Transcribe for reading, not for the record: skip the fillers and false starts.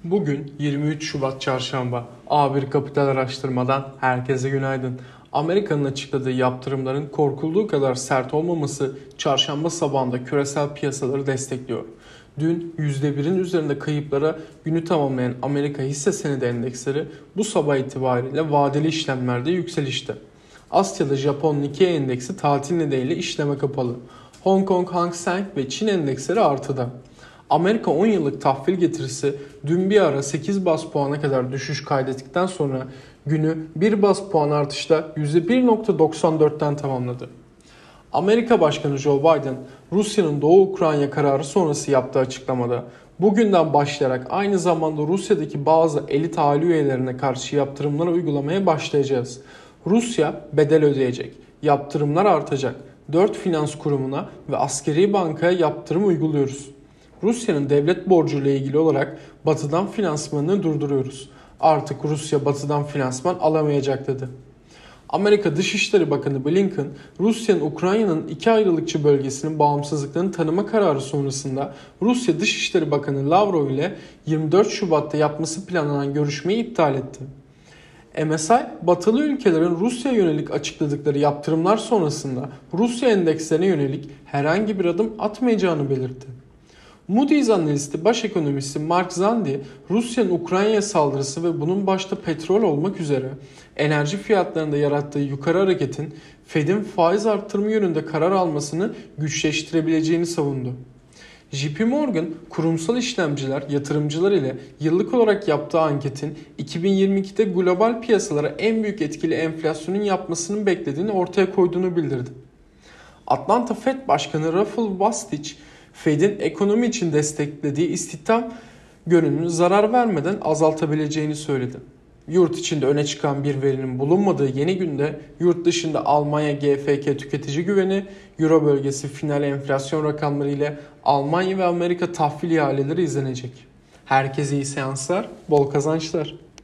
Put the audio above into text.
Bugün 23 Şubat Çarşamba. A1 Kapital Araştırma'dan herkese günaydın. Amerika'nın açıkladığı yaptırımların korkulduğu kadar sert olmaması çarşamba sabahında küresel piyasaları destekliyor. Dün %1'in üzerinde kayıplara günü tamamlayan Amerika hisse senedi endeksleri bu sabah itibariyle vadeli işlemlerde yükselişte. Asya'da Japon Nikkei endeksi tatil nedeniyle işleme kapalı. Hong Kong Hang Seng ve Çin endeksleri artıda. Amerika 10 yıllık tahvil getirisi dün bir ara 8 bas puana kadar düşüş kaydettikten sonra günü 1 bas puan artışla %1.94'ten tamamladı. Amerika Başkanı Joe Biden, Rusya'nın Doğu Ukrayna kararı sonrası yaptığı açıklamada bugünden başlayarak aynı zamanda Rusya'daki bazı elit aile üyelerine karşı yaptırımlar uygulamaya başlayacağız. Rusya bedel ödeyecek, yaptırımlar artacak. 4 finans kurumuna ve askeri bankaya yaptırım uyguluyoruz. Rusya'nın devlet borcu ile ilgili olarak Batı'dan finansmanını durduruyoruz. Artık Rusya Batı'dan finansman alamayacak dedi. Amerika Dışişleri Bakanı Blinken, Rusya'nın Ukrayna'nın 2 ayrılıkçı bölgesinin bağımsızlıklarını tanıma kararı sonrasında Rusya Dışişleri Bakanı Lavrov ile 24 Şubat'ta yapması planlanan görüşmeyi iptal etti. MSI, batılı ülkelerin Rusya'ya yönelik açıkladıkları yaptırımlar sonrasında Rusya endekslerine yönelik herhangi bir adım atmayacağını belirtti. Moody's analisti baş ekonomisti Mark Zandi, Rusya'nın Ukrayna'ya saldırısı ve bunun başta petrol olmak üzere enerji fiyatlarında yarattığı yukarı hareketin Fed'in faiz arttırma yönünde karar almasını güçleştirebileceğini savundu. JP Morgan, kurumsal işlemciler, yatırımcılar ile yıllık olarak yaptığı anketin 2022'de global piyasalara en büyük etkili enflasyonun yapmasını beklediğini ortaya koyduğunu bildirdi. Atlanta Fed Başkanı Raphael Bostic, Fed'in ekonomi için desteklediği istihdam yönünün zarar vermeden azaltabileceğini söyledi. Yurt içinde öne çıkan bir verinin bulunmadığı yeni günde yurt dışında Almanya GfK tüketici güveni, Euro bölgesi final enflasyon rakamları ile Almanya ve Amerika tahvil ihaleleri izlenecek. Herkese iyi seanslar, bol kazançlar.